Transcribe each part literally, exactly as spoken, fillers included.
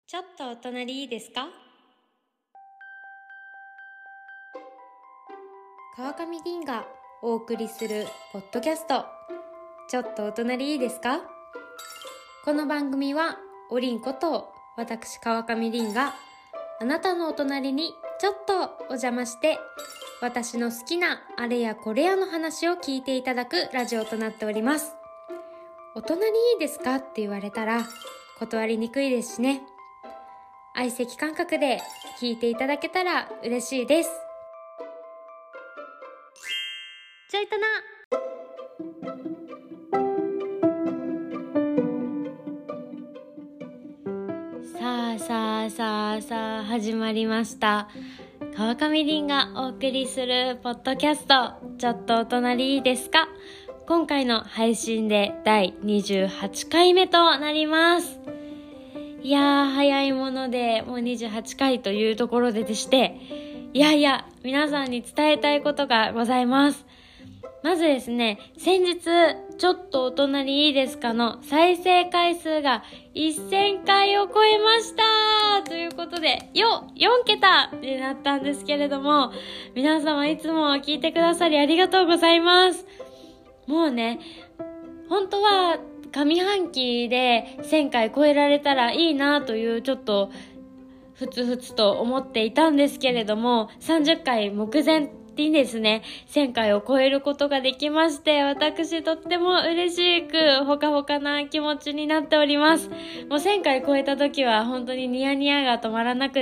ちょっとお隣いいですか？川上凛がお送りするポッドキャスト、ちょっとお隣いいですか？この番組はおりんこと私川上凛があなたのお隣にちょっとお邪魔して、私の好きなあれやこれやの話を聞いていただくラジオとなっております。お隣いいですかって言われたら断りにくいですしね。相席感覚で聞いていただけたら嬉しいです。ちょいとな。さあさあさあさあ始まりました。川上凛がお送りするポッドキャスト、ちょっとお隣いいですか？今回の配信でだいにじゅうはちかいめとなります。いやー早いものでもうにじゅうはちかいというところででして、いやいや皆さんに伝えたいことがございます。まずですね、先日ちょっとお隣いいですかの再生回数がせんかいを超えましたということで、よよんけたになったんですけれども、皆様いつも聞いてくださりありがとうございます。もうね、本当は上半期でせんかい超えられたらいいなというちょっとふつふつと思っていたんですけれども、さんじゅっかい目前にですねせんかいを超えることができまして、私とっても嬉しくほかほかな気持ちになっております。もうせんかい超えた時は本当にニヤニヤが止まらなくって、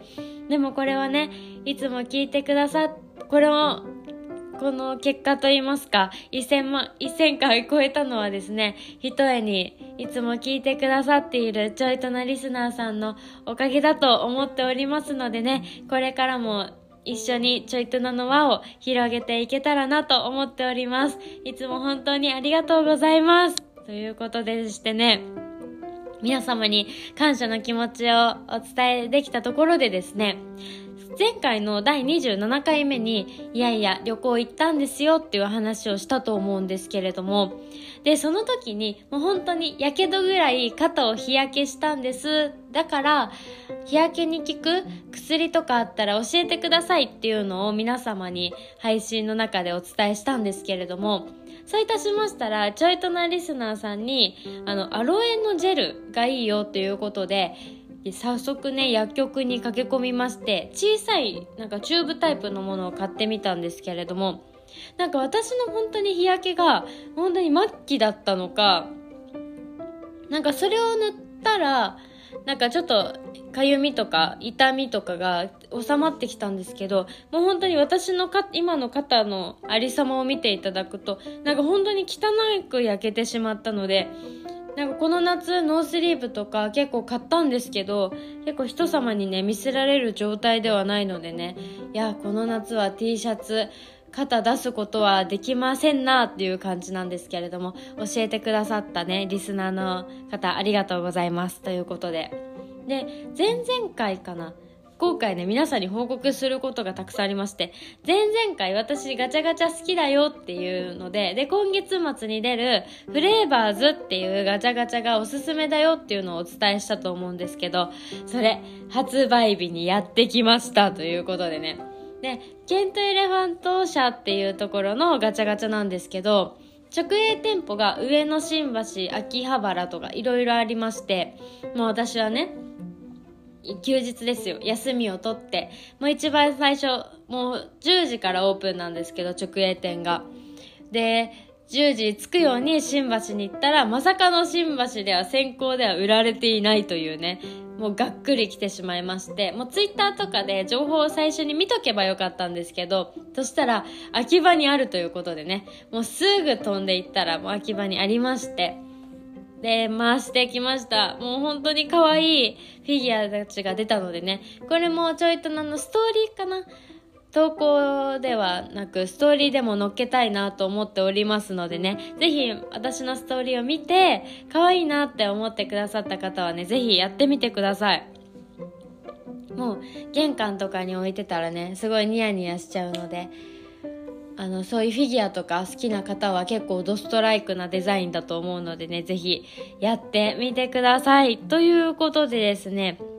でもこれはね、いつも聞いてくださっこれをこの結果といいますか、せんまんせんかい超えたのはですね、ひとえにいつも聞いてくださっているちょいとなリスナーさんのおかげだと思っておりますのでね、これからも一緒にちょいとなの輪を広げていけたらなと思っております。いつも本当にありがとうございます。ということでしてね、皆様に感謝の気持ちをお伝えできたところでですね、前回のだいにじゅうななかいめにいやいや旅行行ったんですよっていう話をしたと思うんですけれども、でその時にもう本当にやけどぐらい肩を日焼けしたんです。だから日焼けに効く薬とかあったら教えてくださいっていうのを皆様に配信の中でお伝えしたんですけれども、そういたしましたらちょいとなリスナーさんにあのアロエのジェルがいいよっていうことで、早速ね薬局に駆け込みまして、小さいなんかチューブタイプのものを買ってみたんですけれども、なんか私の本当に日焼けが本当に末期だったのか、なんかそれを塗ったらなんかちょっとかゆみとか痛みとかが収まってきたんですけど、もう本当に私のか今の肩のありさまを見ていただくと、なんか本当に汚く焼けてしまったので、なんかこの夏ノースリーブとか結構買ったんですけど、結構人様にね見せられる状態ではないのでね、いやこの夏は T シャツ肩出すことはできませんなっていう感じなんですけれども、教えてくださったねリスナーの方ありがとうございますということで、で前々回かな、今回ね皆さんに報告することがたくさんありまして、前々回私ガチャガチャ好きだよっていうので、で今月末に出るフレーバーズっていうガチャガチャがおすすめだよっていうのをお伝えしたと思うんですけど、それ発売日にやってきましたということでね、でケントエレファント社っていうところのガチャガチャなんですけど、直営店舗が上野、新橋、秋葉原とかいろいろありまして、もう私はね休日ですよ、休みを取って、もう一番最初もうじゅうじからオープンなんですけど、直営店がでじゅうじ着くように新橋に行ったら、まさかの新橋では先行では売られていないというね、もうがっくり来てしまいまして、もうツイッターとかで情報を最初に見とけばよかったんですけど、そしたら秋葉にあるということでね、もうすぐ飛んで行ったらもう秋葉にありまして、で回してきました。もう本当に可愛いフィギュアたちが出たのでね、これもちょいとのストーリーかな、投稿ではなくストーリーでも載っけたいなと思っておりますのでね、ぜひ私のストーリーを見て可愛いなって思ってくださった方はね、ぜひやってみてください。もう玄関とかに置いてたらねすごいニヤニヤしちゃうので、あのそういうフィギュアとか好きな方は結構ドストライクなデザインだと思うのでね、ぜひやってみてください。ということでですね、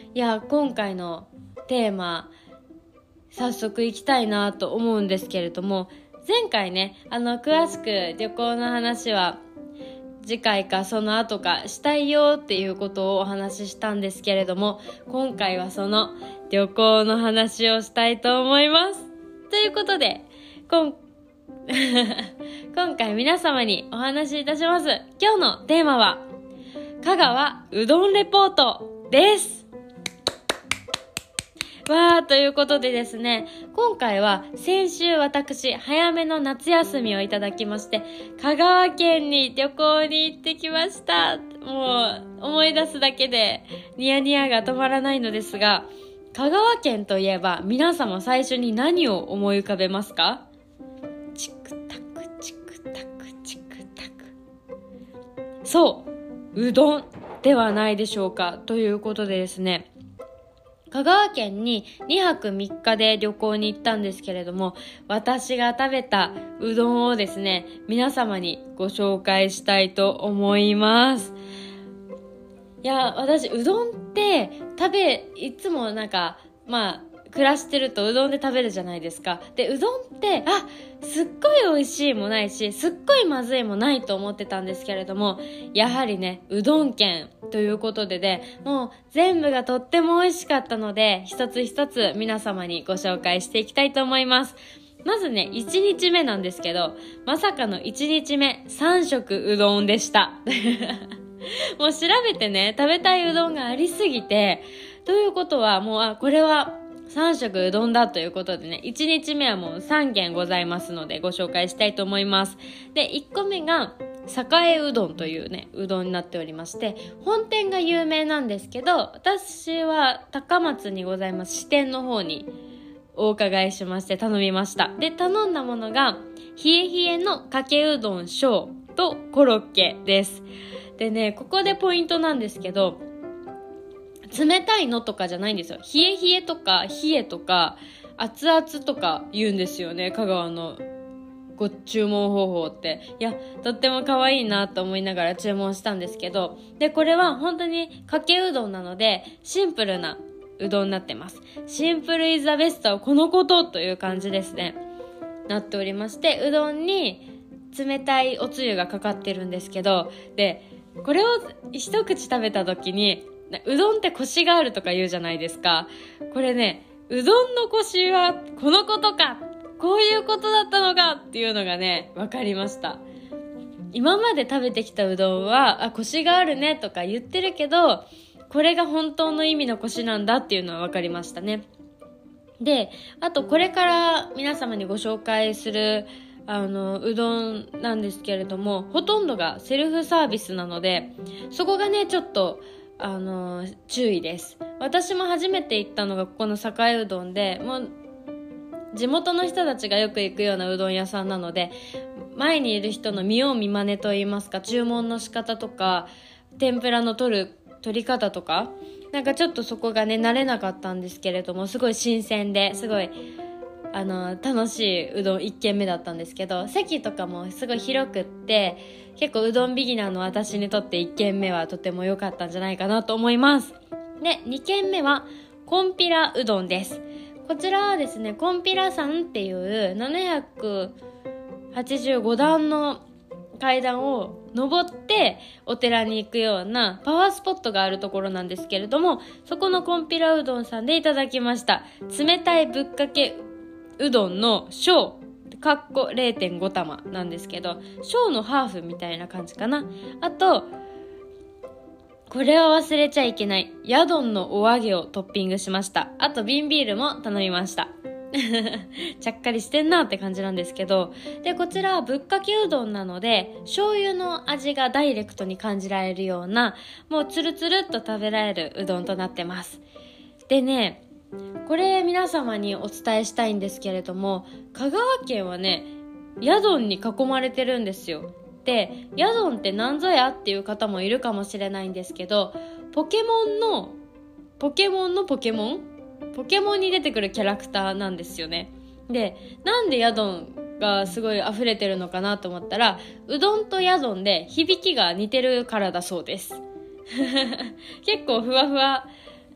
いや今回のテーマ早速いきたいなと思うんですけれども、前回ねあの詳しく旅行の話は次回かその後かしたいよっていうことをお話ししたんですけれども、今回はその旅行の話をしたいと思います。ということで今今回皆様にお話しいたします今日のテーマは香川うどんレポートです。わーということでですね、今回は先週私早めの夏休みをいただきまして香川県に旅行に行ってきました。もう思い出すだけでニヤニヤが止まらないのですが、香川県といえば皆様最初に何を思い浮かべますか？チクタクチクタクチクタク、そううどんではないでしょうか。ということでですね、香川県ににはくみっかで旅行に行ったんですけれども、私が食べたうどんをですね皆様にご紹介したいと思います。いや私うどんって食べいつもなんかまあ暮らしてるとうどんで食べるじゃないですか。でうどんってあすっごい美味しいもないしすっごいまずいもないと思ってたんですけれども、やはりねうどん県ということでね、もう全部がとっても美味しかったので一つ一つ皆様にご紹介していきたいと思います。まずねいちにちめなんですけど、まさかのいちにちめさん食うどんでしたもう調べてね食べたいうどんがありすぎて、ということはもうあこれはさん食うどんだということでね、いちにちめはもうさん軒ございますのでご紹介したいと思います。でいっこめが栄うどんというねうどんになっておりまして、本店が有名なんですけど、私は高松にございます支店の方にお伺いしまして頼みました。で頼んだものが冷え冷えのかけうどん小とコロッケです。でねここでポイントなんですけど、冷たいのとかじゃないんですよ。冷え冷えとか冷えとか熱々とか言うんですよね、香川のご注文方法って。いやとっても可愛いなと思いながら注文したんですけど、でこれは本当にかけうどんなのでシンプルなうどんになってます。シンプルイズザベストはこのことという感じですねなっておりまして、うどんに冷たいおつゆがかかってるんですけど、でこれを一口食べた時にうどんってコシがあるとか言うじゃないですか。これねうどんのコシはこのことか、こういうことだったのかっていうのがね分かりました。今まで食べてきたうどんはあコシがあるねとか言ってるけど、これが本当の意味のコシなんだっていうのは分かりましたね。であとこれから皆様にご紹介するあのうどんなんですけれども、ほとんどがセルフサービスなのでそこがねちょっとあの注意です。私も初めて行ったのがここの栄うどんで、もう地元の人たちがよく行くようなうどん屋さんなので、前にいる人の見よう見まねといいますか、注文の仕方とか天ぷらの取る取り方とかなんかちょっとそこがね慣れなかったんですけれども、すごい新鮮ですごいあの楽しいうどんいっ軒目だったんですけど、席とかもすごい広くって結構うどんビギナーの私にとっていっ軒目はとても良かったんじゃないかなと思います。でに軒目はこんぴらうどんです。こちらはですねこんぴら山っていうななひゃくはちじゅうごだんの階段を登ってお寺に行くようなパワースポットがあるところなんですけれども、そこのこんぴらうどんさんでいただきました冷たいぶっかけうどんの小かっこ れいてんご 玉なんですけど、小のハーフみたいな感じかな。あとこれは忘れちゃいけないヤドンのお揚げをトッピングしました。あと瓶ビールも頼みましたちゃっかりしてんなって感じなんですけど、でこちらはぶっかけうどんなので醤油の味がダイレクトに感じられるような、もうツルツルっと食べられるうどんとなってます。でねこれ皆様にお伝えしたいんですけれども、香川県はねヤドンに囲まれてるんですよ。でヤドンって何ぞやっていう方もいるかもしれないんですけど、ポケモンのポケモンのポケモンポケモンに出てくるキャラクターなんですよね。でなんでヤドンがすごい溢れてるのかなと思ったら、うどんとヤドンで響きが似てるからだそうです結構ふわふわ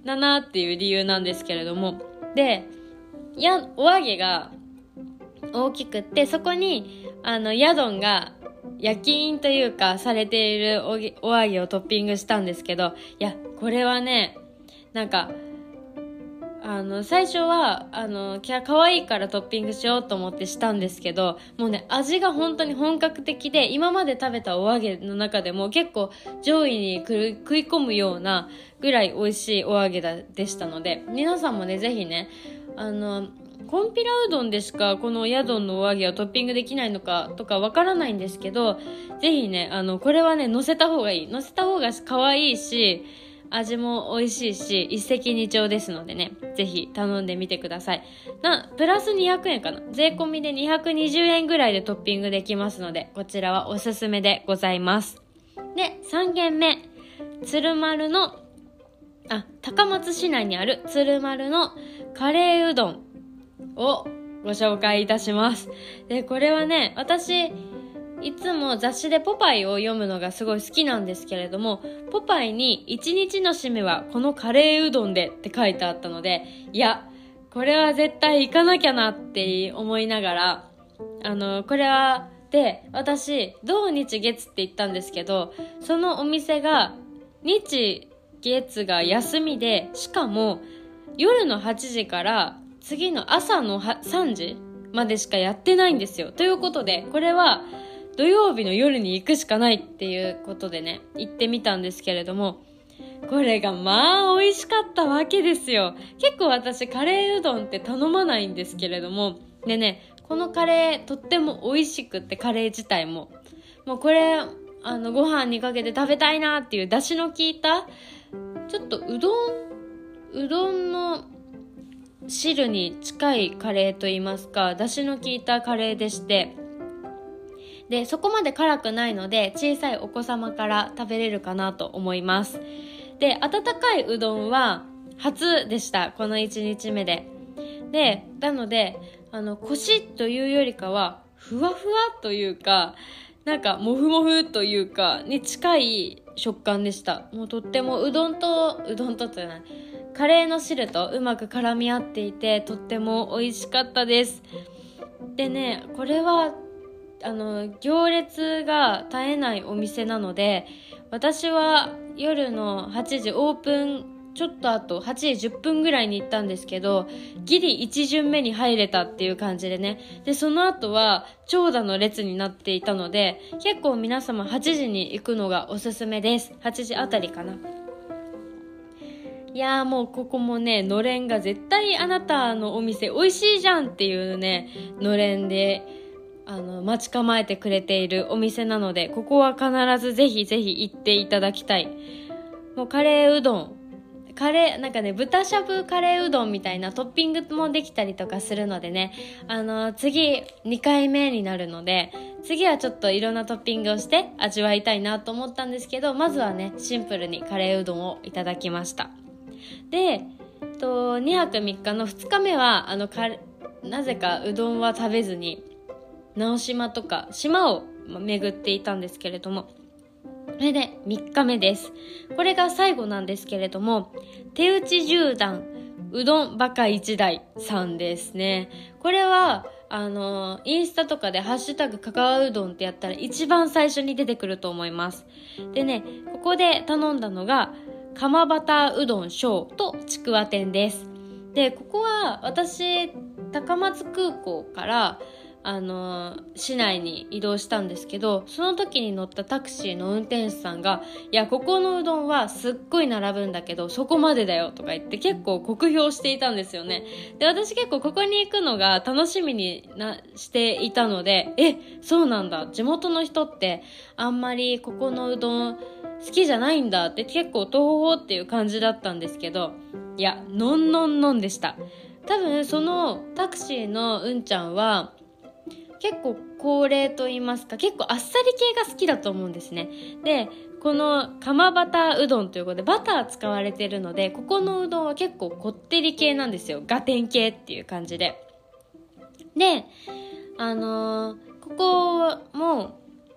だなっていう理由なんですけれども、でやお揚げが大きくって、そこにあのヤドンが焼き印というかされているおげお揚げをトッピングしたんですけど、いやこれはね、なんかあの最初はあの可愛いからトッピングしようと思ってしたんですけど、もうね味が本当に本格的で、今まで食べたお揚げの中でも結構上位に食い込むようなぐらい美味しいお揚げだでしたので、皆さんもねぜひね、あのコンピラうどんでしかこのヤドンのお揚げをトッピングできないのかとかわからないんですけど、ぜひねあのこれはね乗せた方がいい、乗せた方が可愛いし味も美味しいし一石二鳥ですのでね、ぜひ頼んでみてください。なプラスにひゃくえんかな、税込みでにひゃくにじゅうえんぐらいでトッピングできますので、こちらはおすすめでございます。でさん軒目、鶴丸のあ高松市内にある鶴丸のカレーうどんをご紹介いたします。でこれはね、私いつも雑誌でポパイを読むのがすごい好きなんですけれども、ポパイに一日の締めはこのカレーうどんでって書いてあったので、いやこれは絶対行かなきゃなって思いながら、あのこれはで私土日月って言ったんですけど、そのお店が日月が休みで、しかも夜のはちじから次の朝のさんじまでしかやってないんですよ。ということでこれは土曜日の夜に行くしかないっていうことでね行ってみたんですけれども、これがまあ美味しかったわけですよ。結構私カレーうどんって頼まないんですけれども、でねこのカレーとっても美味しくって、カレー自体ももうこれあのご飯にかけて食べたいなっていう出汁の効いた、ちょっとうどんうどんの汁に近いカレーといいますか、出汁の効いたカレーでして、でそこまで辛くないので小さいお子様から食べれるかなと思います。で温かいうどんは初でした、このいちにちめで。でなのであのコシッというよりかはふわふわというか、なんかもふもふというかに近い食感でした。もうとってもうどんとうどんとってないカレーの汁とうまく絡み合っていて、とっても美味しかったです。でねこれはあの行列が絶えないお店なので、私は夜のはちじオープンちょっとあとはちじじゅっぷんぐらいに行ったんですけど、ギリいち巡目に入れたっていう感じでね。でその後は長蛇の列になっていたので、結構皆様はちじに行くのがおすすめです。はちじあたりかな。いやーもうここもねのれんが絶対あなたのお店美味しいじゃんっていうねのれんであの待ち構えてくれているお店なので、ここは必ずぜひぜひ行っていただきたい。もうカレーうどんカレーなんかね豚しゃぶカレーうどんみたいなトッピングもできたりとかするのでね、あの次にかいめになるので、次はちょっといろんなトッピングをして味わいたいなと思ったんですけど、まずはねシンプルにカレーうどんをいただきました。でとにはくみっかのふつかめはあのかなぜかうどんは食べずに直島とか島を巡っていたんですけれども、それでみっかめです。これが最後なんですけれども、手打ち十段うどんバカ一台さんですね。これはあのインスタとかでハッシュタグかかわうどんってやったら一番最初に出てくると思います。でねここで頼んだのが釜バターうどん小とちくわ天です。でここは私高松空港からあの市内に移動したんですけど、その時に乗ったタクシーの運転手さんが、いやここのうどんはすっごい並ぶんだけどそこまでだよとか言って結構酷評していたんですよね。で私結構ここに行くのが楽しみになしていたので、えそうなんだ、地元の人ってあんまりここのうどん好きじゃないんだって結構東方っていう感じだったんですけど、いやのんのんのんでした。多分そのタクシーのうんちゃんは結構高齢と言いますか、結構あっさり系が好きだと思うんですね。でこの釜バターうどんということでバター使われてるので、ここのうどんは結構こってり系なんですよ。ガテン系っていう感じで。であのー、ここも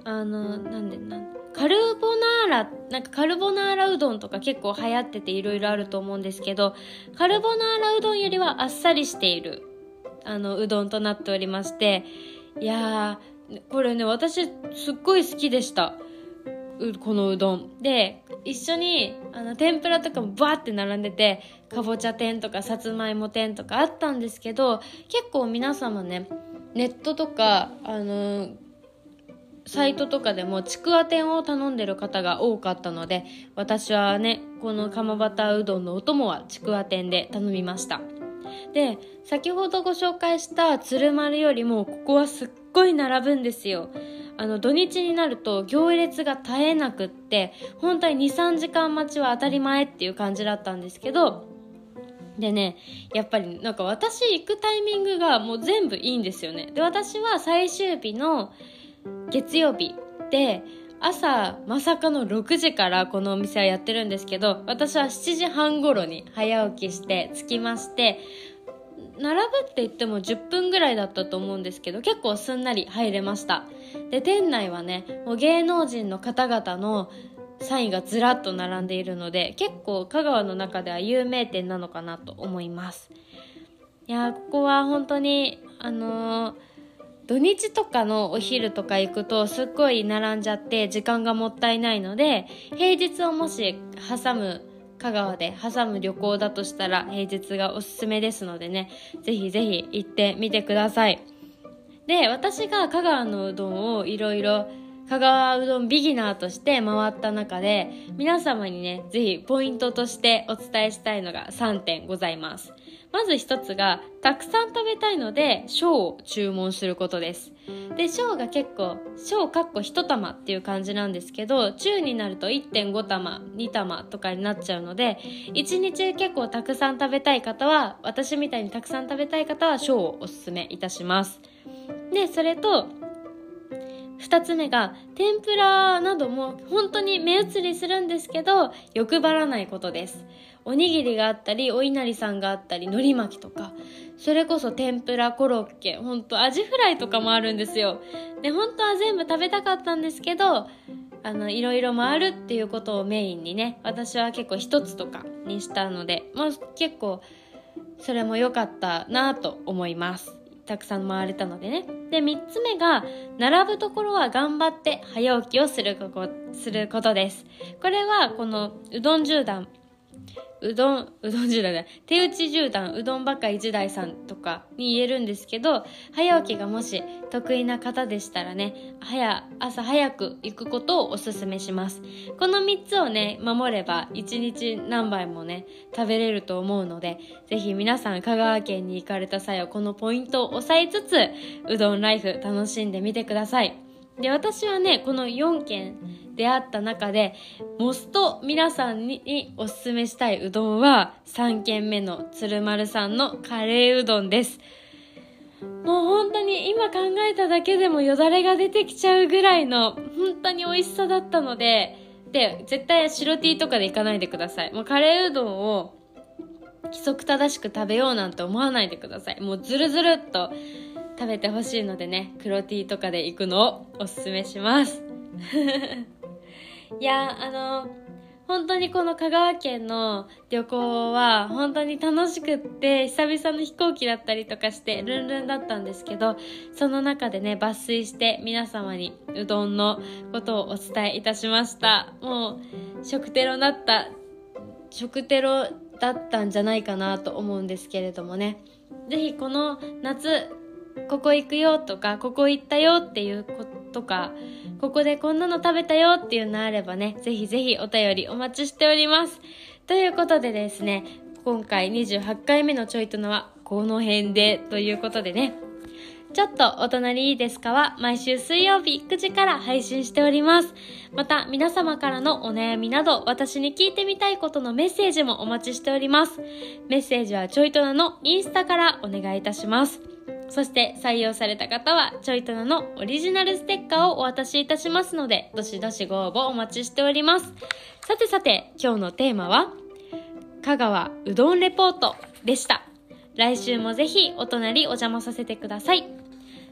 あのなんでなんカルボナーラなんかカルボナーラうどんとか結構流行ってていろいろあると思うんですけど、カルボナーラうどんよりはあっさりしているあのうどんとなっておりまして、いやーこれね私すっごい好きでした。このうどんで一緒にあの天ぷらとかもバーって並んでて、かぼちゃ天とかさつまいも天とかあったんですけど、結構皆様ねネットとかあのサイトとかでもちくわ天を頼んでる方が多かったので、私はねこの釜バターうどんのお供はちくわ天で頼みました。で先ほどご紹介した鶴丸よりもここはすっごい並ぶんですよ。あの土日になると行列が絶えなくって、本当に にさんじかん待ちは当たり前っていう感じだったんですけど、でねやっぱりなんか私行くタイミングがもう全部いいんですよね。で私は最終日の月曜日で朝まさかのろくじからこのお店はやってるんですけど、私はしちじはん頃に早起きして着きまして、並ぶって言ってもじゅっぷんぐらいだったと思うんですけど、結構すんなり入れました。で店内はねもう芸能人の方々のサインがずらっと並んでいるので、結構香川の中では有名店なのかなと思います。いやここは本当にあのー、土日とかのお昼とか行くとすっごい並んじゃって時間がもったいないので、平日をもし挟む香川で挟む旅行だとしたら平日がおすすめですのでね、ぜひぜひ行ってみてください。で私が香川のうどんをいろいろ香川うどんビギナーとして回った中で、皆様にねぜひポイントとしてお伝えしたいのがさんてんございます。まず一つがたくさん食べたいので小を注文することです。で小が結構小かっこいち玉っていう感じなんですけど、中になると いってんご玉に玉とかになっちゃうので、いちにち結構たくさん食べたい方は、私みたいにたくさん食べたい方は小をおすすめいたします。でそれと二つ目が天ぷらなども本当に目移りするんですけど欲張らないことです。おにぎりがあったりお稲荷さんがあったり海苔巻きとか、それこそ天ぷらコロッケ、本当アジフライとかもあるんですよ。で本当は全部食べたかったんですけど、あのいろいろ回るっていうことをメインにね、私は結構一つとかにしたので、まあ、結構それも良かったなと思います。たくさん回れたのでね。でみっつめが並ぶところは頑張って早起きをするここすることです。これはこのうどんじゅう段うどんうどんじゅう段だ手打ちじゅう段うどんばか一台さんとかに言えるんですけど、早起きがもし得意な方でしたらね、早朝早く行くことをおすすめします。このみっつをね守ればいちにち何杯もね食べれると思うので、ぜひ皆さん香川県に行かれた際はこのポイントを押さえつつうどんライフ楽しんでみてください。で私はねこのよんけん出会った中でモスト皆さんにおすすめしたいうどんはさんけんめの鶴丸さんのカレーうどんです。もう本当に今考えただけでもよだれが出てきちゃうぐらいの本当に美味しさだったので、で絶対白 T とかでいかないでください。もうカレーうどんを規則正しく食べようなんて思わないでください。もうズルズルっと食べてほしいのでね、黒 T とかで行くのをおすすめしますいやあの本当にこの香川県の旅行は本当に楽しくって、久々の飛行機だったりとかしてルンルンだったんですけど、その中でね抜粋して皆様にうどんのことをお伝えいたしました。もう食テロだった食テロだったんじゃないかなと思うんですけれどもね、ぜひこの夏ここ行くよとかここ行ったよっていうことか、ここでこんなの食べたよっていうのあればね、ぜひぜひお便りお待ちしております。ということでですね、今回にじゅうはちかいめのちょいとのはこの辺でということでね、ちょっとお隣いいですかは毎週水曜日くじから配信しております。また皆様からのお悩みなど私に聞いてみたいことのメッセージもお待ちしております。メッセージはちょいとなのインスタからお願いいたします。そして採用された方はちょいとなのオリジナルステッカーをお渡しいたしますので、どしどしご応募お待ちしております。さてさて今日のテーマは香川うどんレポートでした。来週もぜひお隣お邪魔させてください。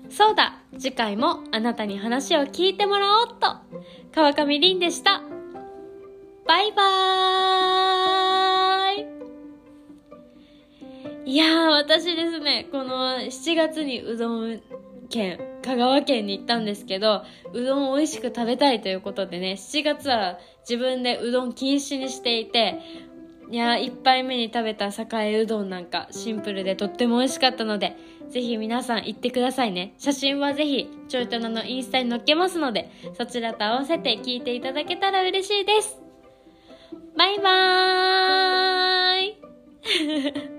そうだ、次回もあなたに話を聞いてもらおうっと。川上凛でした。バイバーイ。いやー、私ですね、このしちがつにうどん県、香川県に行ったんですけど、うどんを美味しく食べたいということでね、しちがつは自分でうどん禁止にしていて、いやー、いっぱいめに食べた栄うどんなんかシンプルでとっても美味しかったので、ぜひ皆さん行ってくださいね。写真はぜひちょいとなのインスタに載っけますので、そちらと合わせて聞いていただけたら嬉しいです。バイバーイ